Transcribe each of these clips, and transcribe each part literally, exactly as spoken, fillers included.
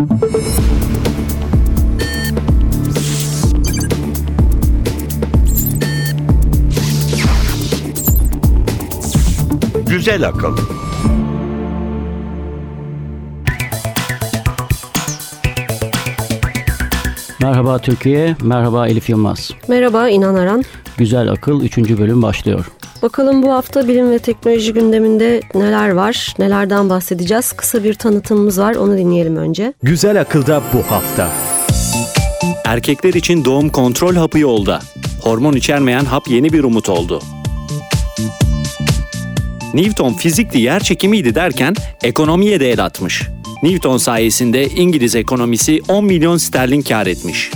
Güzel akıl. Merhaba Türkiye, merhaba Elif Yılmaz. Merhaba İnan Aran. Güzel Akıl üçüncü bölüm başlıyor. Bakalım bu hafta bilim ve teknoloji gündeminde neler var, nelerden bahsedeceğiz. Kısa bir tanıtımımız var, onu dinleyelim önce. Güzel Akıl'da bu hafta. Erkekler için doğum kontrol hapı yolda. Hormon içermeyen hap yeni bir umut oldu. Newton fizikli yer çekimiydi derken ekonomiye de el atmış. Newton sayesinde İngiliz ekonomisi on milyon sterlin kar etmiş.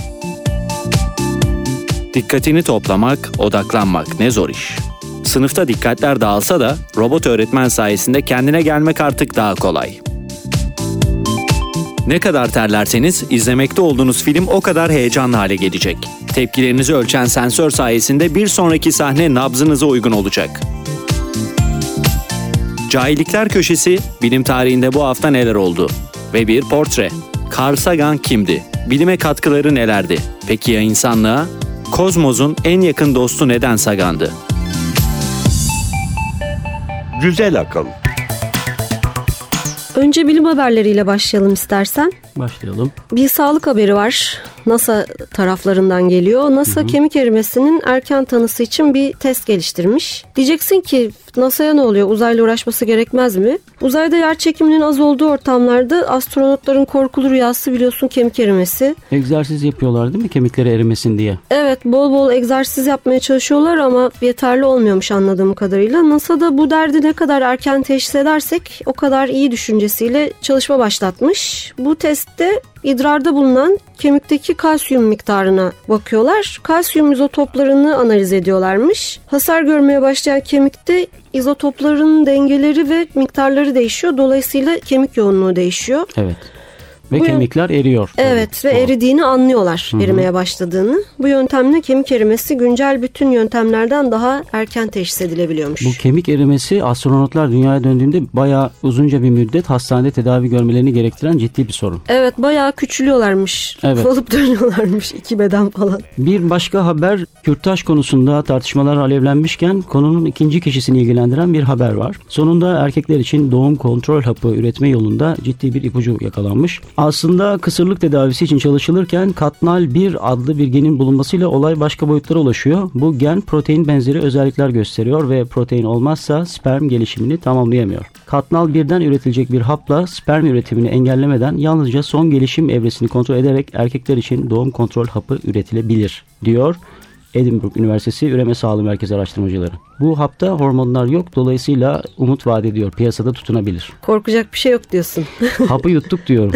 Dikkatini toplamak, odaklanmak ne zor iş. Sınıfta dikkatler dağılsa da robot öğretmen sayesinde kendine gelmek artık daha kolay. Ne kadar terlerseniz izlemekte olduğunuz film o kadar heyecanlı hale gelecek. Tepkilerinizi ölçen sensör sayesinde bir sonraki sahne nabzınıza uygun olacak. Cahillikler Köşesi, bilim tarihinde bu hafta neler oldu? Ve bir portre. Carl Sagan kimdi? Bilime katkıları nelerdi? Peki ya insanlığa? Kozmos'un en yakın dostu neden Sagan'dı? Güzel akıl. Önce bilim haberleriyle başlayalım istersen. Başlayalım. Bir sağlık haberi var. NASA taraflarından geliyor. NASA hı hı. kemik erimesinin erken tanısı için bir test geliştirmiş. Diyeceksin ki NASA'ya ne oluyor? Uzayla uğraşması gerekmez mi? Uzayda yer çekiminin az olduğu ortamlarda astronotların korkulu rüyası biliyorsun kemik erimesi. Egzersiz yapıyorlar değil mi kemikleri erimesin diye? Evet, bol bol egzersiz yapmaya çalışıyorlar ama yeterli olmuyormuş anladığım kadarıyla. NASA da bu derdi ne kadar erken teşhis edersek o kadar iyi düşüncesiyle çalışma başlatmış. Bu testte idrarda bulunan kemikteki kalsiyum miktarına bakıyorlar. Kalsiyum izotoplarını analiz ediyorlarmış. Hasar görmeye başlayan kemikte izotopların dengeleri ve miktarları değişiyor. Dolayısıyla kemik yoğunluğu değişiyor. Evet. Ve Bu kemikler eriyor. Evet Doğru. ve eridiğini anlıyorlar, Hı-hı. erimeye başladığını. Bu yöntemle kemik erimesi güncel bütün yöntemlerden daha erken teşhis edilebiliyormuş. Bu kemik erimesi astronotlar dünyaya döndüğünde bayağı uzunca bir müddet hastanede tedavi görmelerini gerektiren ciddi bir sorun. Evet, bayağı küçülüyorlarmış. Evet. Olup dönüyorlarmış iki beden falan. Bir başka haber, kürtaj konusunda tartışmalar alevlenmişken konunun ikinci kişisini ilgilendiren bir haber var. Sonunda erkekler için doğum kontrol hapı üretme yolunda ciddi bir ipucu yakalanmış. Aslında kısırlık tedavisi için çalışılırken katnal bir adlı bir genin bulunmasıyla olay başka boyutlara ulaşıyor. Bu gen protein benzeri özellikler gösteriyor ve protein olmazsa sperm gelişimini tamamlayamıyor. Katnal birden üretilecek bir hapla sperm üretimini engellemeden yalnızca son gelişim evresini kontrol ederek erkekler için doğum kontrol hapı üretilebilir, diyor Edinburgh Üniversitesi Üreme Sağlığı Merkezi araştırmacıları. Bu hapta hormonlar yok, dolayısıyla umut vaat ediyor, piyasada tutunabilir. Korkacak bir şey yok diyorsun. Hapı yuttuk diyorum.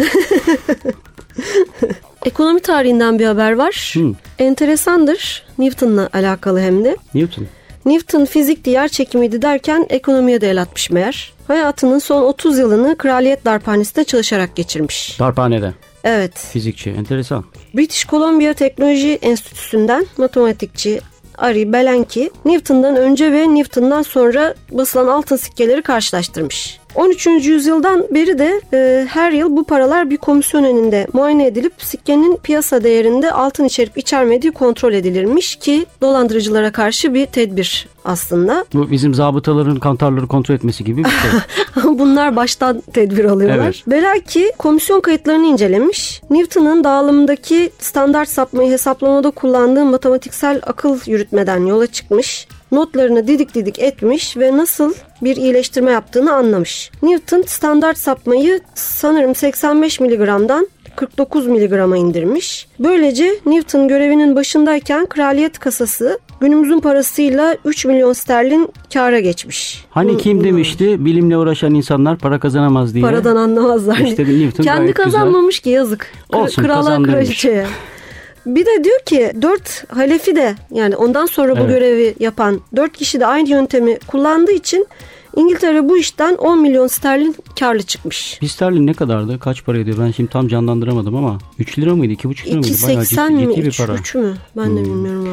Ekonomi tarihinden bir haber var. Hmm. Enteresandır. Newton'la alakalı hem de. Newton. Newton fizikti, yer çekimiydi derken ekonomiye de el atmış meğer. Hayatının son otuz yılını Kraliyet Darphanesi'nde çalışarak geçirmiş. Darphanede. Evet. Fizikçi. Enteresan. British Columbia Teknoloji Enstitüsü'nden matematikçi Ari Belenki, Newton'dan önce ve Newton'dan sonra basılan altın sikkeleri karşılaştırmış. on üçüncü yüzyıldan beri de e, her yıl bu paralar bir komisyon önünde muayene edilip sikkenin piyasa değerinde altın içerip içermediği kontrol edilirmiş ki dolandırıcılara karşı bir tedbir aslında. Bu bizim zabıtaların kantarları kontrol etmesi gibi bir şey. Bunlar baştan tedbir alıyorlar. Evet. Belki komisyon kayıtlarını incelemiş. Newton'un dağılımdaki standart sapmayı hesaplamada kullandığı matematiksel akıl yürütmeden yola çıkmış. Notlarını didik didik etmiş ve nasıl bir iyileştirme yaptığını anlamış. Newton standart sapmayı sanırım seksen beş miligramdan kırk dokuz miligrama indirmiş. Böylece Newton görevinin başındayken kraliyet kasası günümüzün parasıyla üç milyon sterlin kâra geçmiş. Hani Bunu, kim bunu demişti bilimle uğraşan insanlar para kazanamaz diye. Paradan anlamazlar. İşte Newton kendi kazanmamış güzel. Ki yazık. Olsun, Krala kraliçeye. Bir de diyor ki dört halefi de yani ondan sonra bu evet. görevi yapan dört kişi de aynı yöntemi kullandığı için İngiltere bu işten on milyon sterlin karlı çıkmış. Bir sterlin ne kadardı? Kaç para ediyor? Ben şimdi tam canlandıramadım ama üç lira mıydı? iki buçuk lira mıydı? iki seksen mi? Ciddi bir para. üç mü? Ben de hmm. bilmiyorum ama.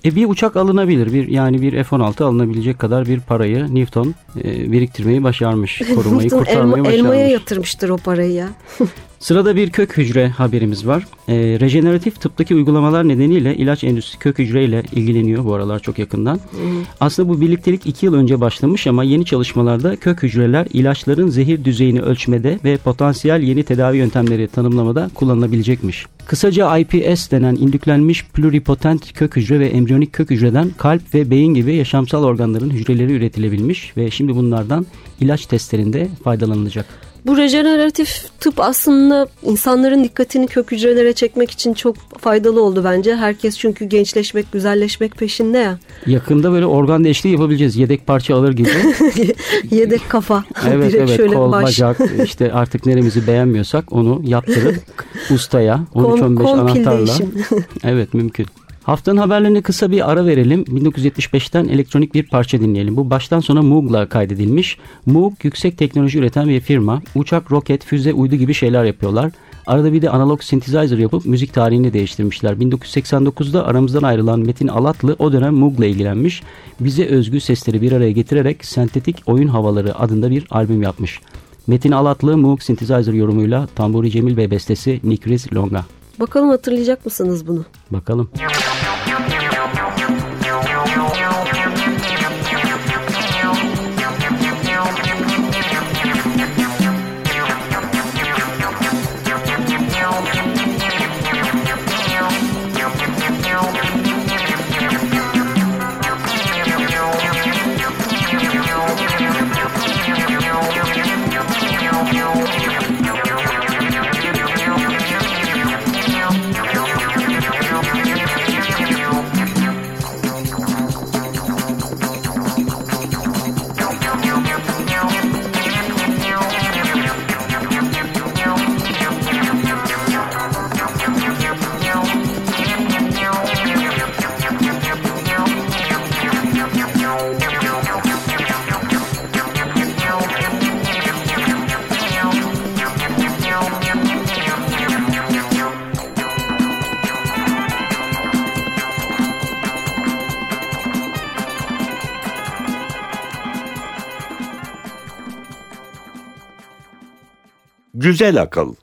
E bir uçak alınabilir. Bir yani bir F on altı alınabilecek kadar bir parayı Newton e, biriktirmeyi başarmış. Korumayı, Newton kurtarmayı elma, başarmış. elmaya yatırmıştır o parayı ya. Sırada bir kök hücre haberimiz var. E, rejeneratif tıptaki uygulamalar nedeniyle ilaç endüstrisi kök hücreyle ilgileniyor bu aralar çok yakından. Hmm. Aslında bu birliktelik iki yıl önce başlamış ama yeni çalışmalarda kök hücreler ilaçların zehir düzeyini ölçmede ve potansiyel yeni tedavi yöntemleri tanımlamada kullanılabilecekmiş. Kısaca I P S denen indüklenmiş pluripotent kök hücre ve embriyonik kök hücreden kalp ve beyin gibi yaşamsal organların hücreleri üretilebilmiş ve şimdi bunlardan ilaç testlerinde faydalanılacak. Bu rejeneratif tıp aslında insanların dikkatini kök hücrelere çekmek için çok faydalı oldu bence. Herkes çünkü gençleşmek, güzelleşmek peşinde ya. Yakında böyle organ değişikliği yapabileceğiz. Yedek parça alır gibi. Yedek kafa. Evet Direkt evet şöyle kol, baş. bacak işte artık neremizi beğenmiyorsak onu yaptırıp ustaya on üç on beş Kom- anahtarla. değişim. Evet mümkün. Haftanın haberlerine kısa bir ara verelim. bin dokuz yüz yetmiş beşten elektronik bir parça dinleyelim. Bu baştan sona Moog'la kaydedilmiş. Moog yüksek teknoloji üreten bir firma. Uçak, roket, füze, uydu gibi şeyler yapıyorlar. Arada bir de analog synthesizer yapıp müzik tarihini değiştirmişler. bin dokuz yüz seksen dokuzda aramızdan ayrılan Metin Alatlı o dönem Moog'la ilgilenmiş. Bize özgü sesleri bir araya getirerek Sentetik Oyun Havaları adında bir albüm yapmış. Metin Alatlı Moog synthesizer yorumuyla Tamburi Cemil Bey bestesi Nikriz Longa. Bakalım hatırlayacak mısınız bunu? Bakalım. Güzel akıl.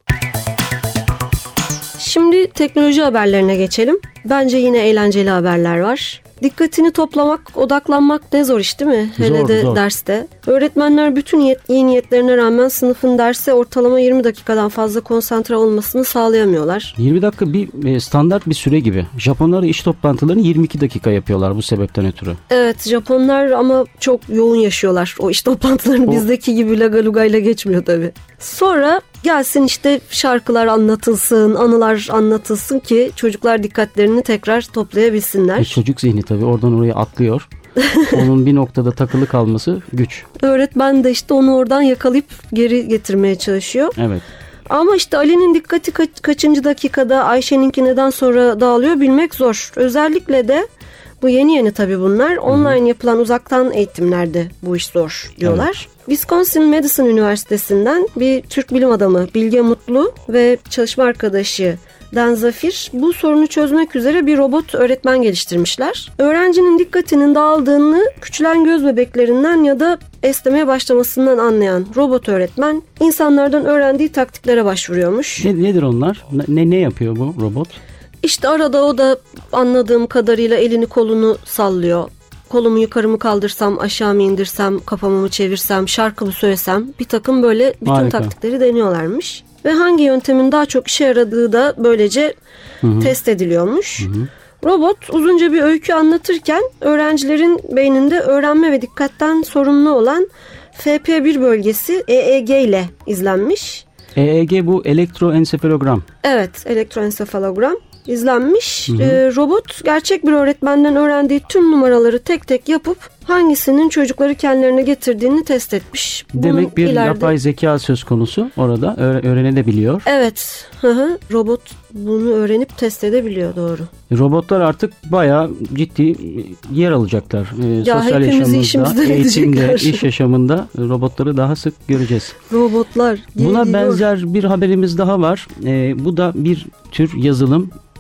Şimdi teknoloji haberlerine geçelim. Bence yine eğlenceli haberler var. Dikkatini toplamak, odaklanmak ne zor iş değil mi? Hele Zor, de zor. derste. Öğretmenler bütün niyet, iyi niyetlerine rağmen sınıfın derse ortalama yirmi dakikadan fazla konsantre olmasını sağlayamıyorlar. yirmi dakika bir e, standart bir süre gibi. Japonlar iş toplantılarını yirmi iki dakika yapıyorlar bu sebepten ötürü. Evet, Japonlar ama çok yoğun yaşıyorlar. O iş toplantılarını O- bizdeki gibi lagalugayla geçmiyor tabii. Sonra gelsin işte şarkılar anlatılsın, anılar anlatılsın ki çocuklar dikkatlerini tekrar toplayabilsinler. E, çocuk zihni tabii oradan oraya atlıyor. Onun bir noktada takılı kalması güç. Öğretmen de işte onu oradan yakalayıp geri getirmeye çalışıyor. Evet. Ama işte Ali'nin dikkati kaç, kaçıncı dakikada, Ayşe'ninki neden sonra dağılıyor bilmek zor. Özellikle de bu yeni yeni tabii bunlar. Online yapılan uzaktan eğitimlerde bu iş zor diyorlar. Wisconsin Madison Üniversitesi'nden bir Türk bilim adamı Bilge Mutlu ve çalışma arkadaşı Dan Zafir bu sorunu çözmek üzere bir robot öğretmen geliştirmişler. Öğrencinin dikkatinin dağıldığını küçülen göz bebeklerinden ya da esnemeye başlamasından anlayan robot öğretmen insanlardan öğrendiği taktiklere başvuruyormuş. Ne, nedir onlar? Ne ne yapıyor bu robot? İşte arada o da anladığım kadarıyla elini kolunu sallıyor. Kolumu yukarı mı kaldırsam, aşağı mı indirsem, kafamı mı çevirsem, şarkı mı söylesem bir takım böyle bütün Harika. taktikleri deniyorlarmış. Ve hangi yöntemin daha çok işe yaradığı da böylece Hı-hı. test ediliyormuş. Hı-hı. Robot uzunca bir öykü anlatırken öğrencilerin beyninde öğrenme ve dikkatten sorumlu olan F P bir bölgesi E E G ile izlenmiş. E E G bu elektroensefalogram. Evet, elektroensefalogram izlenmiş. Hı hı. Ee, robot gerçek bir öğretmenden öğrendiği tüm numaraları tek tek yapıp hangisinin çocukları kendilerine getirdiğini test etmiş. Demek Bunun bir ileride- yapay zeka söz konusu orada öğre- öğrenebiliyor. Evet, hı hı. Robot bunu öğrenip test edebiliyor, doğru. Robotlar artık bayağı ciddi yer alacaklar. Ee, Ya sosyal hepimizi yaşamımızda, işimizden eğitimde, edecekler. iş yaşamında robotları daha sık göreceğiz. Robotlar Buna geliyor. benzer bir haberimiz daha var. Ee, bu da bir tür yazılım.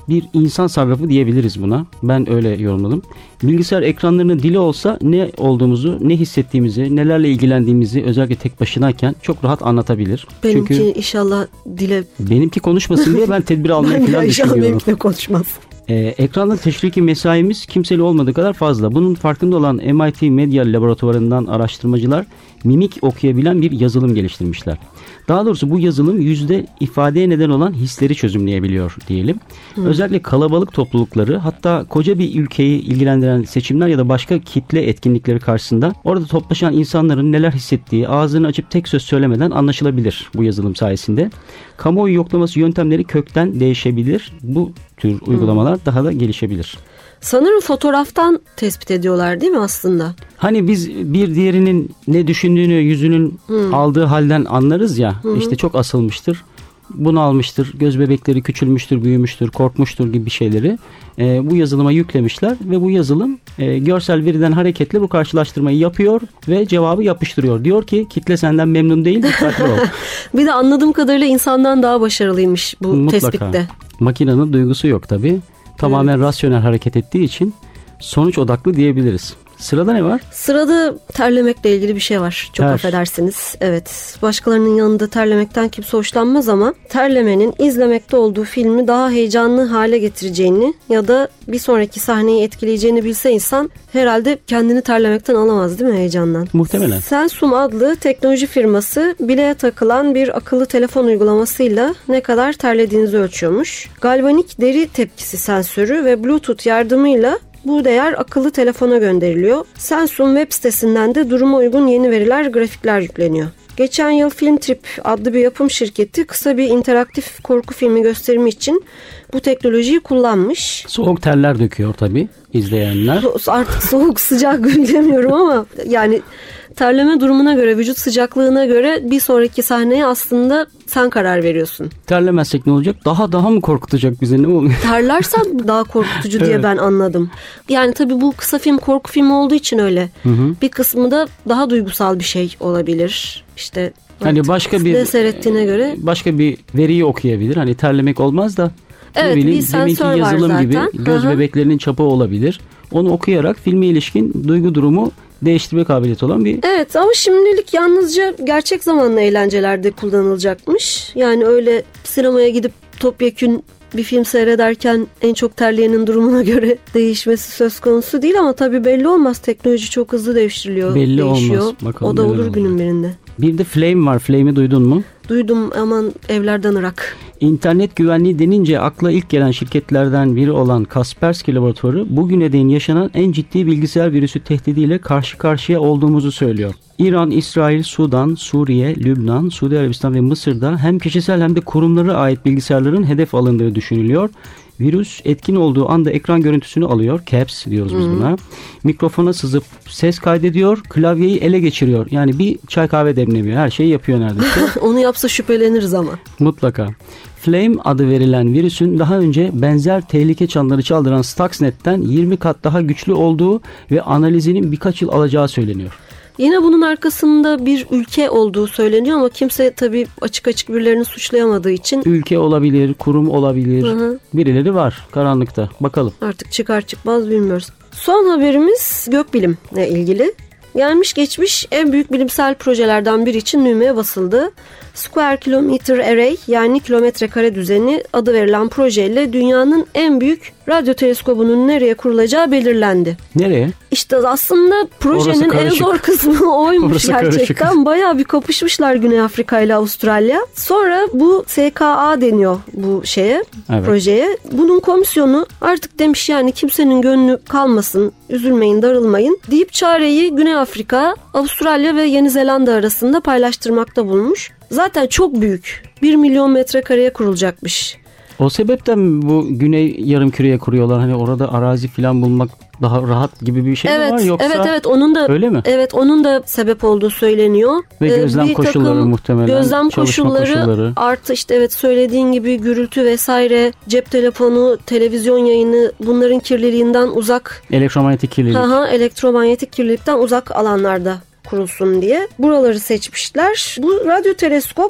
bir insan sarrafı diyebiliriz buna. Ben öyle yorumladım. Bilgisayar ekranlarının dili olsa ne olduğumuzu, ne hissettiğimizi, nelerle ilgilendiğimizi özellikle tek başınayken çok rahat anlatabilir. Benimki Çünkü inşallah dile... benimki konuşmasın diye ben tedbir almayı Ben falan de inşallah düşünüyorum. benimki de konuşmaz. Ee, ekranda teşviki mesaimiz kimseli olmadığı kadar fazla. Bunun farkında olan M I T Medya Laboratuvarı'ndan araştırmacılar mimik okuyabilen bir yazılım geliştirmişler. Daha doğrusu bu yazılım yüzde ifadeye neden olan hisleri çözümleyebiliyor diyelim. Hı. Özellikle kalabalık toplulukları, hatta koca bir ülkeyi ilgilendiren seçimler ya da başka kitle etkinlikleri karşısında orada toplaşan insanların neler hissettiği ağzını açıp tek söz söylemeden anlaşılabilir bu yazılım sayesinde. Kamuoyu yoklaması yöntemleri kökten değişebilir. Bu tür uygulamalar Hı. daha da gelişebilir. Sanırım fotoğraftan tespit ediyorlar değil mi aslında? Hani biz bir diğerinin ne düşündüğünü yüzünün hmm. aldığı halden anlarız ya. Hmm. İşte çok asılmıştır, bunu almıştır, göz bebekleri küçülmüştür, büyümüştür, korkmuştur gibi şeyleri e, bu yazılıma yüklemişler ve bu yazılım e, görsel veriden hareketle bu karşılaştırmayı yapıyor ve cevabı yapıştırıyor. Diyor ki kitle senden memnun değil, dikkatli ol. Bir de anladığım kadarıyla insandan daha başarılıymış bu Mutlaka. tespitte. Makinenin duygusu yok tabii. Tamamen evet. rasyonel hareket ettiği için sonuç odaklı diyebiliriz. Sırada ne var? Sırada terlemekle ilgili bir şey var. Çok Ter. affedersiniz. Evet. Başkalarının yanında terlemekten kimse hoşlanmaz ama terlemenin izlemekte olduğu filmi daha heyecanlı hale getireceğini ya da bir sonraki sahneyi etkileyeceğini bilse insan herhalde kendini terlemekten alamaz değil mi heyecandan? Muhtemelen. Sensum adlı teknoloji firması bileğe takılan bir akıllı telefon uygulamasıyla ne kadar terlediğinizi ölçüyormuş. Galvanik deri tepkisi sensörü ve Bluetooth yardımıyla bu değer akıllı telefona gönderiliyor. Sensum web sitesinden de duruma uygun yeni veriler, grafikler yükleniyor. Geçen yıl Filmtrip adlı bir yapım şirketi kısa bir interaktif korku filmi gösterimi için bu teknolojiyi kullanmış. Soğuk terler döküyor tabii izleyenler. Artık soğuk sıcak bilemiyorum ama yani terleme durumuna göre, vücut sıcaklığına göre bir sonraki sahneye aslında sen karar veriyorsun. Terlemezsek ne olacak? Daha daha mı korkutacak bizi, ne oluyor? Terlersen daha korkutucu diye evet. ben anladım. Yani tabii bu kısa film korku filmi olduğu için öyle. Hı hı. Bir kısmı da daha duygusal bir şey olabilir. İşte hani başka bir seyrettiğine göre başka bir veriyi okuyabilir. Hani terlemek olmaz da evet, bileyim, bir sensör var yazılım zaten. gibi göz Aha. bebeklerinin çapı olabilir. Onu okuyarak filme ilişkin duygu durumu değiştirme kabiliyeti olan bir... Evet ama şimdilik yalnızca gerçek zamanlı eğlencelerde kullanılacakmış. Yani öyle sinemaya gidip topyekün bir film seyrederken en çok terleyenin durumuna göre değişmesi söz konusu değil ama tabii belli olmaz. Teknoloji çok hızlı değiştiriliyor. Belli değişiyor. olmaz. Bakalım o da olur olacak. günün birinde. Bir de Flame var. Flame'i duydun mu? Duydum, aman evlerden ırak. İnternet güvenliği denince akla ilk gelen şirketlerden biri olan Kaspersky Laboratuvarı bugüne değin yaşanan en ciddi bilgisayar virüsü tehdidiyle karşı karşıya olduğumuzu söylüyor. İran, İsrail, Sudan, Suriye, Lübnan, Suudi Arabistan ve Mısır'da hem kişisel hem de kurumlara ait bilgisayarların hedef alındığı düşünülüyor. Virüs etkin olduğu anda ekran görüntüsünü alıyor. Caps diyoruz biz buna. Mikrofona sızıp ses kaydediyor. Klavyeyi ele geçiriyor. Yani bir çay kahve demlemiyor. Her şeyi yapıyor neredeyse. Onu yapsa şüpheleniriz ama. Mutlaka. Flame adı verilen virüsün daha önce benzer tehlike çanları çaldıran Stuxnet'ten yirmi kat daha güçlü olduğu ve analizinin birkaç yıl alacağı söyleniyor. Yine bunun arkasında bir ülke olduğu söyleniyor ama kimse tabii açık açık birilerini suçlayamadığı için. Ülke olabilir, kurum olabilir. Hı hı. Birileri var karanlıkta. Bakalım. Artık çıkar çıkmaz bilmiyoruz. Son haberimiz gökbilimle ilgili. Gelmiş geçmiş en büyük bilimsel projelerden biri için düğmeye basıldı. Square Kilometer Array yani kilometre kare düzeni adı verilen projeyle dünyanın en büyük radyo teleskobunun nereye kurulacağı belirlendi. Nereye? İşte aslında projenin en zor kısmı oymuş Orası gerçekten. Karışık. Bayağı bir kapışmışlar Güney Afrika ile Avustralya. Sonra bu S K A deniyor bu şeye, evet. projeye. Bunun komisyonu artık demiş yani kimsenin gönlü kalmasın, üzülmeyin, darılmayın deyip çareyi Güney Afrika, Avustralya ve Yeni Zelanda arasında paylaştırmakta bulmuş. Zaten çok büyük. bir milyon metrekareye kurulacakmış. O sebepten mi bu Güney Yarımküre'ye kuruyorlar? Hani orada arazi falan bulmak daha rahat gibi bir şey evet, mi var yoksa? Evet evet onun da öyle mi? Evet onun da sebep olduğu söyleniyor. Ve gözlem bir koşulları muhtemelen. Gözlem koşulları, koşulları artı işte evet söylediğin gibi gürültü vesaire, cep telefonu, televizyon yayını bunların kirliliğinden uzak. Elektromanyetik kirlilik. Aha, elektromanyetik kirlilikten uzak alanlarda kurulsun diye buraları seçmişler. Bu radyo teleskop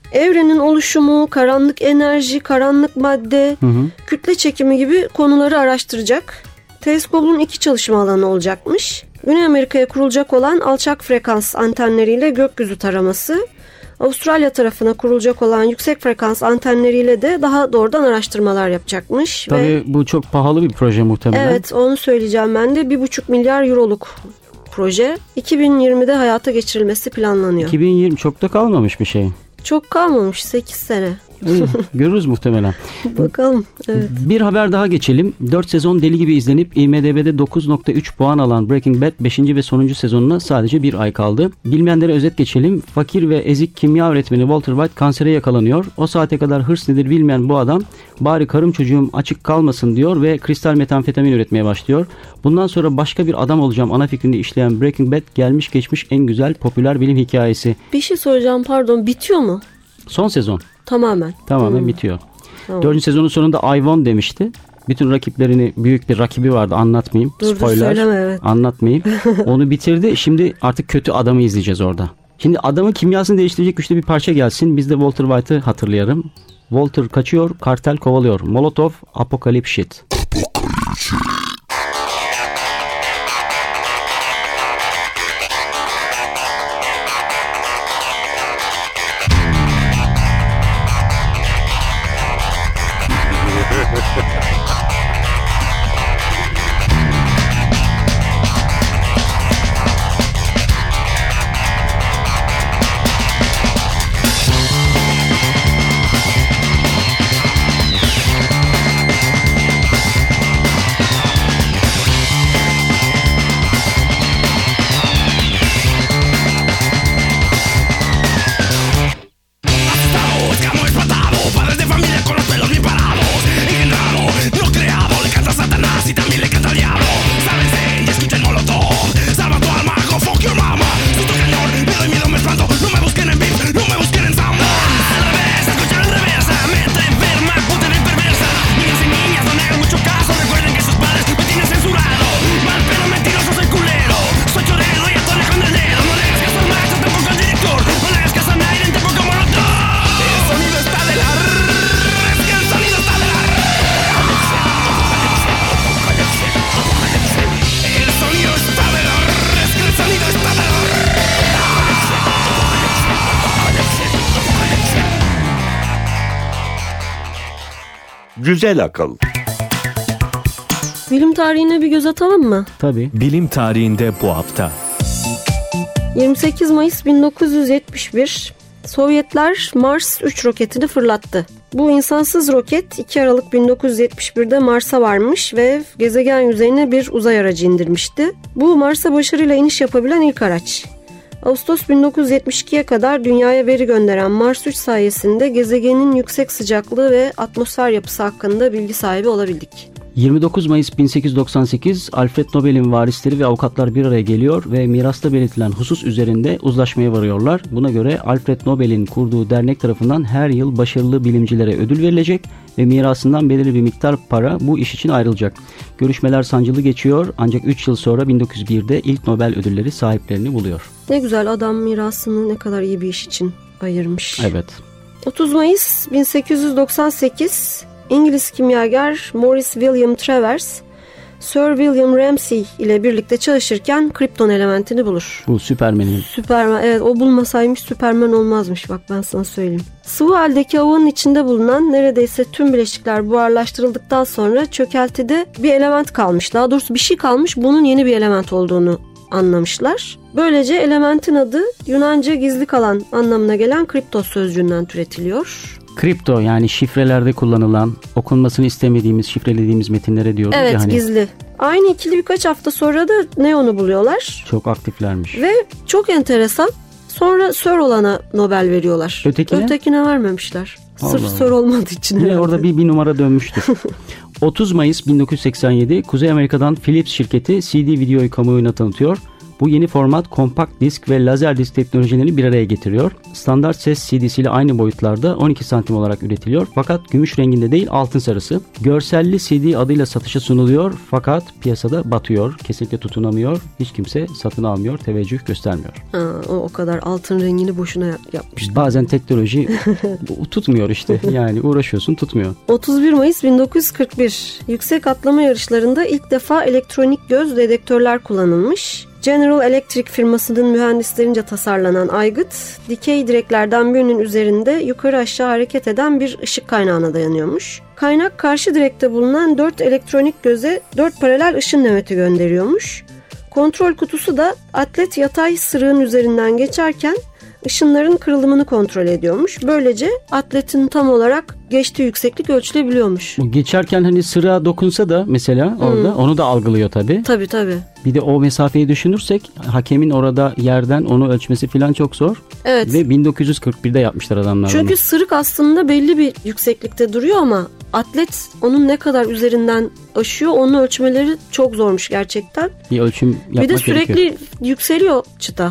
Evrenin oluşumu, karanlık enerji, karanlık madde, Hı hı. kütle çekimi gibi konuları araştıracak. Teleskobun iki çalışma alanı olacakmış. Güney Amerika'ya kurulacak olan alçak frekans antenleriyle gökyüzü taraması, Avustralya tarafına kurulacak olan yüksek frekans antenleriyle de daha doğrudan araştırmalar yapacakmış. Tabii Ve bu çok pahalı bir proje muhtemelen. evet, onu söyleyeceğim ben de. bir buçuk milyar euroluk proje. iki bin yirmide hayata geçirilmesi planlanıyor. iki bin yirmi çok da kalmamış bir şey. Çok kalmamış, sekiz sene. İyi, görürüz muhtemelen. Bakalım. Evet. Bir haber daha geçelim. dört sezon deli gibi izlenip I M D B'de dokuz nokta üç puan alan Breaking Bad beşinci ve sonuncu sezonuna sadece bir ay kaldı. Bilmeyenlere özet geçelim. Fakir ve ezik kimya öğretmeni Walter White kansere yakalanıyor. O saate kadar hırs nedir bilmeyen bu adam bari karım çocuğum açık kalmasın diyor ve kristal metamfetamin üretmeye başlıyor. Bundan sonra başka bir adam olacağım ana fikrini işleyen Breaking Bad gelmiş geçmiş en güzel popüler bilim hikayesi. Bir şey soracağım, pardon, bitiyor mu? Son sezon. Tamamen. Tamamen Hmm. bitiyor. Tamam. Dördüncü sezonun sonunda I won demişti. Bütün rakiplerini, büyük bir rakibi vardı, anlatmayayım. Dur, dur, Spoiler. söyleme, evet. Anlatmayayım. Onu bitirdi. Şimdi artık kötü adamı izleyeceğiz orada. Şimdi adamın kimyasını değiştirecek güçlü bir parça gelsin. Biz de Walter White'ı hatırlayalım. Walter kaçıyor, kartel kovalıyor. Molotov, Apocalypse Shit. Güzel akıl. Bilim tarihine bir göz atalım mı? Tabii. Bilim tarihinde bu hafta. yirmi sekiz Mayıs bin dokuz yüz yetmiş bir Sovyetler Mars üç roketini fırlattı. Bu insansız roket iki Aralık bin dokuz yüz yetmiş birde Mars'a varmış ve gezegen yüzeyine bir uzay aracı indirmişti. Bu Mars'a başarıyla iniş yapabilen ilk araç. Ağustos bin dokuz yüz yetmiş ikiye kadar dünyaya veri gönderen Mars üç sayesinde gezegenin yüksek sıcaklığı ve atmosfer yapısı hakkında bilgi sahibi olabildik. yirmi dokuz Mayıs bin sekiz yüz doksan sekiz Alfred Nobel'in varisleri ve avukatlar bir araya geliyor ve mirasta belirtilen husus üzerinde uzlaşmaya varıyorlar. Buna göre Alfred Nobel'in kurduğu dernek tarafından her yıl başarılı bilimcilere ödül verilecek ve mirasından belirli bir miktar para bu iş için ayrılacak. Görüşmeler sancılı geçiyor ancak üç yıl sonra bin dokuz yüz birde ilk Nobel ödülleri sahiplerini buluyor. Ne güzel, adam mirasını ne kadar iyi bir iş için ayırmış. Evet. otuz Mayıs bin sekiz yüz doksan sekiz İngiliz kimyager Morris William Travers, Sir William Ramsay ile birlikte çalışırken kripton elementini bulur. Bu Süpermen'in. Süperman, evet, o bulmasaymış Süperman olmazmış, bak ben sana söyleyeyim. Sıvı haldeki havanın içinde bulunan neredeyse tüm bileşikler buharlaştırıldıktan sonra çökeltide bir element kalmış. Daha doğrusu bir şey kalmış, bunun yeni bir element olduğunu anlamışlar. Böylece elementin adı Yunanca gizli kalan anlamına gelen kriptos sözcüğünden türetiliyor. Kripto yani şifrelerde kullanılan, okunmasını istemediğimiz, şifrelediğimiz metinlere diyoruz Evet, ya hani. gizli. Aynı ikili birkaç hafta sonra da neonu buluyorlar. Çok aktiflermiş. Ve çok enteresan, sonra Sir olana Nobel veriyorlar. Ötekine? Ötekine vermemişler. Allah Sırf Allah. Sir olmadığı için. Yine herhalde. orada bir, bir numara dönmüştür. otuz Mayıs bin dokuz yüz seksen yedi Kuzey Amerika'dan Philips şirketi C D videoyu kamuoyuna tanıtıyor. Bu yeni format kompakt disk ve lazer disk teknolojilerini bir araya getiriyor. Standart ses C D'siyle aynı boyutlarda on iki santim olarak üretiliyor. Fakat gümüş renginde değil, altın sarısı. Görselli C D adıyla satışa sunuluyor fakat piyasada batıyor. Kesinlikle tutunamıyor. Hiç kimse satın almıyor, teveccüh göstermiyor. Ha, o, o kadar altın rengini boşuna yap- yapmış. Bazen teknoloji tutmuyor işte. Yani uğraşıyorsun, tutmuyor. otuz bir Mayıs bin dokuz yüz kırk bir yüksek atlama yarışlarında ilk defa elektronik göz dedektörler kullanılmış. General Electric firmasının mühendislerince tasarlanan aygıt, dikey direklerden birinin üzerinde yukarı aşağı hareket eden bir ışık kaynağına dayanıyormuş. Kaynak karşı direkte bulunan dört elektronik göze dört paralel ışın nöbeti gönderiyormuş. Kontrol kutusu da atlet yatay sırığın üzerinden geçerken ışınların kırılımını kontrol ediyormuş. Böylece atletin tam olarak geçtiği yükseklik ölçülebiliyormuş. Bu geçerken hani sıra dokunsa da mesela orada Hmm. onu da algılıyor tabii. Tabii tabii. Bir de o mesafeyi düşünürsek hakemin orada yerden onu ölçmesi falan çok zor. Evet. Ve bin dokuz yüz kırk birde yapmışlar adamlar Çünkü bunu. sırık aslında belli bir yükseklikte duruyor ama atlet onun ne kadar üzerinden aşıyor onu ölçmeleri çok zormuş gerçekten. Bir ölçüm yapmak Bir de sürekli gerekiyor. yükseliyor çıta.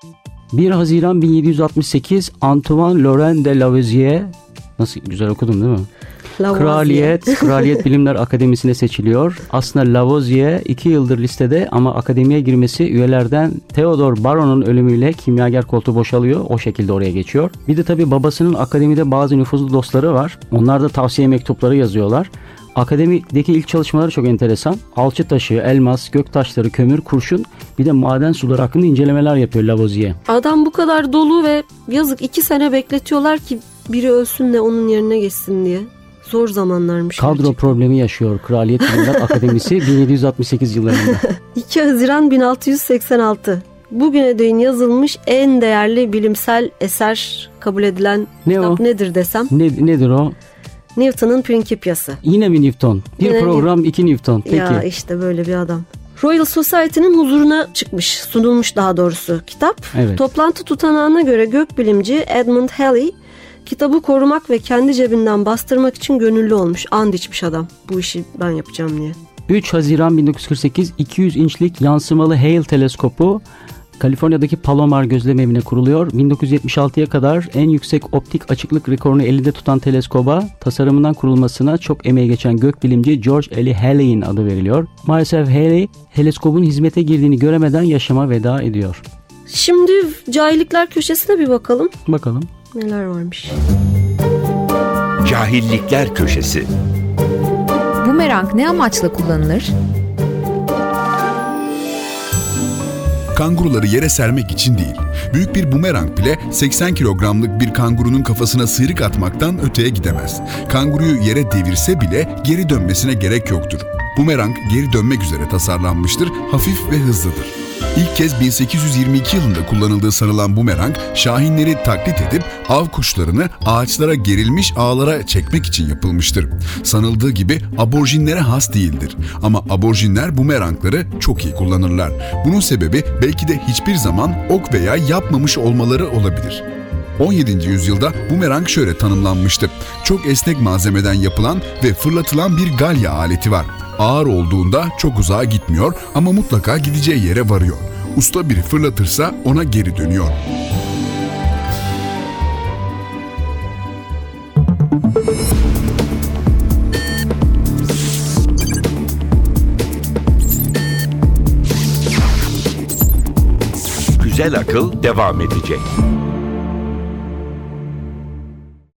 bir Haziran bin yedi yüz altmış sekiz Antoine Laurent de Lavoisier, nasıl güzel okudum değil mi? Lavoisier. Kraliyet, Kraliyet Bilimler Akademisi'ne seçiliyor. Aslında Lavoisier iki yıldır listede ama akademiye girmesi üyelerden Theodor Baron'un ölümüyle kimyager koltuğu boşalıyor. O şekilde oraya geçiyor. Bir de tabii babasının akademide bazı nüfuzlu dostları var. Onlar da tavsiye mektupları yazıyorlar. Akademideki ilk çalışmaları çok enteresan. Alçı taşı, elmas, gök taşları, kömür, kurşun, bir de maden suları hakkında incelemeler yapıyor Lavoisier. Adam bu kadar dolu ve yazık iki sene bekletiyorlar ki biri ölsün de onun yerine geçsin diye. Zor zamanlarmış. Kadro gerçekten. problemi yaşıyor Kraliyet Bilimler Akademisi bin yedi yüz altmış sekiz yıllarında. iki Haziran bin altı yüz seksen altı Bugüne değin yazılmış en değerli bilimsel eser kabul edilen Ne kitap o? nedir desem? Ne, nedir o? Newton'un Principia'sı. Yine mi Newton? Bir Yine program iki Newton. Peki. Ya işte böyle bir adam. Royal Society'nin huzuruna çıkmış, sunulmuş daha doğrusu kitap. Evet. Toplantı tutanağına göre gökbilimci Edmund Halley kitabı korumak ve kendi cebinden bastırmak için gönüllü olmuş. And içmiş adam. Bu işi ben yapacağım diye. üç Haziran bin dokuz yüz kırk sekiz iki yüz inçlik yansımalı Hale teleskopu Kaliforniya'daki Palomar gözlem evine kuruluyor. bin dokuz yüz yetmiş altıya kadar en yüksek optik açıklık rekorunu elinde tutan teleskoba tasarımından kurulmasına çok emeği geçen gökbilimci George L. Halley'in adı veriliyor. Maalesef Halley teleskobun hizmete girdiğini göremeden yaşama veda ediyor. Şimdi cahillikler köşesine bir bakalım. Bakalım. Neler varmış. Cahillikler Köşesi. Bumerang ne amaçla kullanılır? Kanguruları yere sermek için değil. Büyük bir bumerang bile seksen kilogramlık bir kangurunun kafasına sıyrık atmaktan öteye gidemez. Kanguruyu yere devirse bile geri dönmesine gerek yoktur. Bumerang geri dönmek üzere tasarlanmıştır, hafif ve hızlıdır. İlk kez bin sekiz yüz yirmi iki yılında kullanıldığı sanılan bumerang, şahinleri taklit edip av kuşlarını ağaçlara gerilmiş ağlara çekmek için yapılmıştır. Sanıldığı gibi aborjinlere has değildir. Ama aborjinler bumerangları çok iyi kullanırlar. Bunun sebebi belki de hiçbir zaman ok veya yapmamış olmaları olabilir. on yedinci yüzyılda bumerang şöyle tanımlanmıştı. Çok esnek malzemeden yapılan ve fırlatılan bir galya aleti var. Ağır olduğunda çok uzağa gitmiyor ama mutlaka gideceği yere varıyor. Usta biri fırlatırsa ona geri dönüyor. Güzel akıl devam edecek.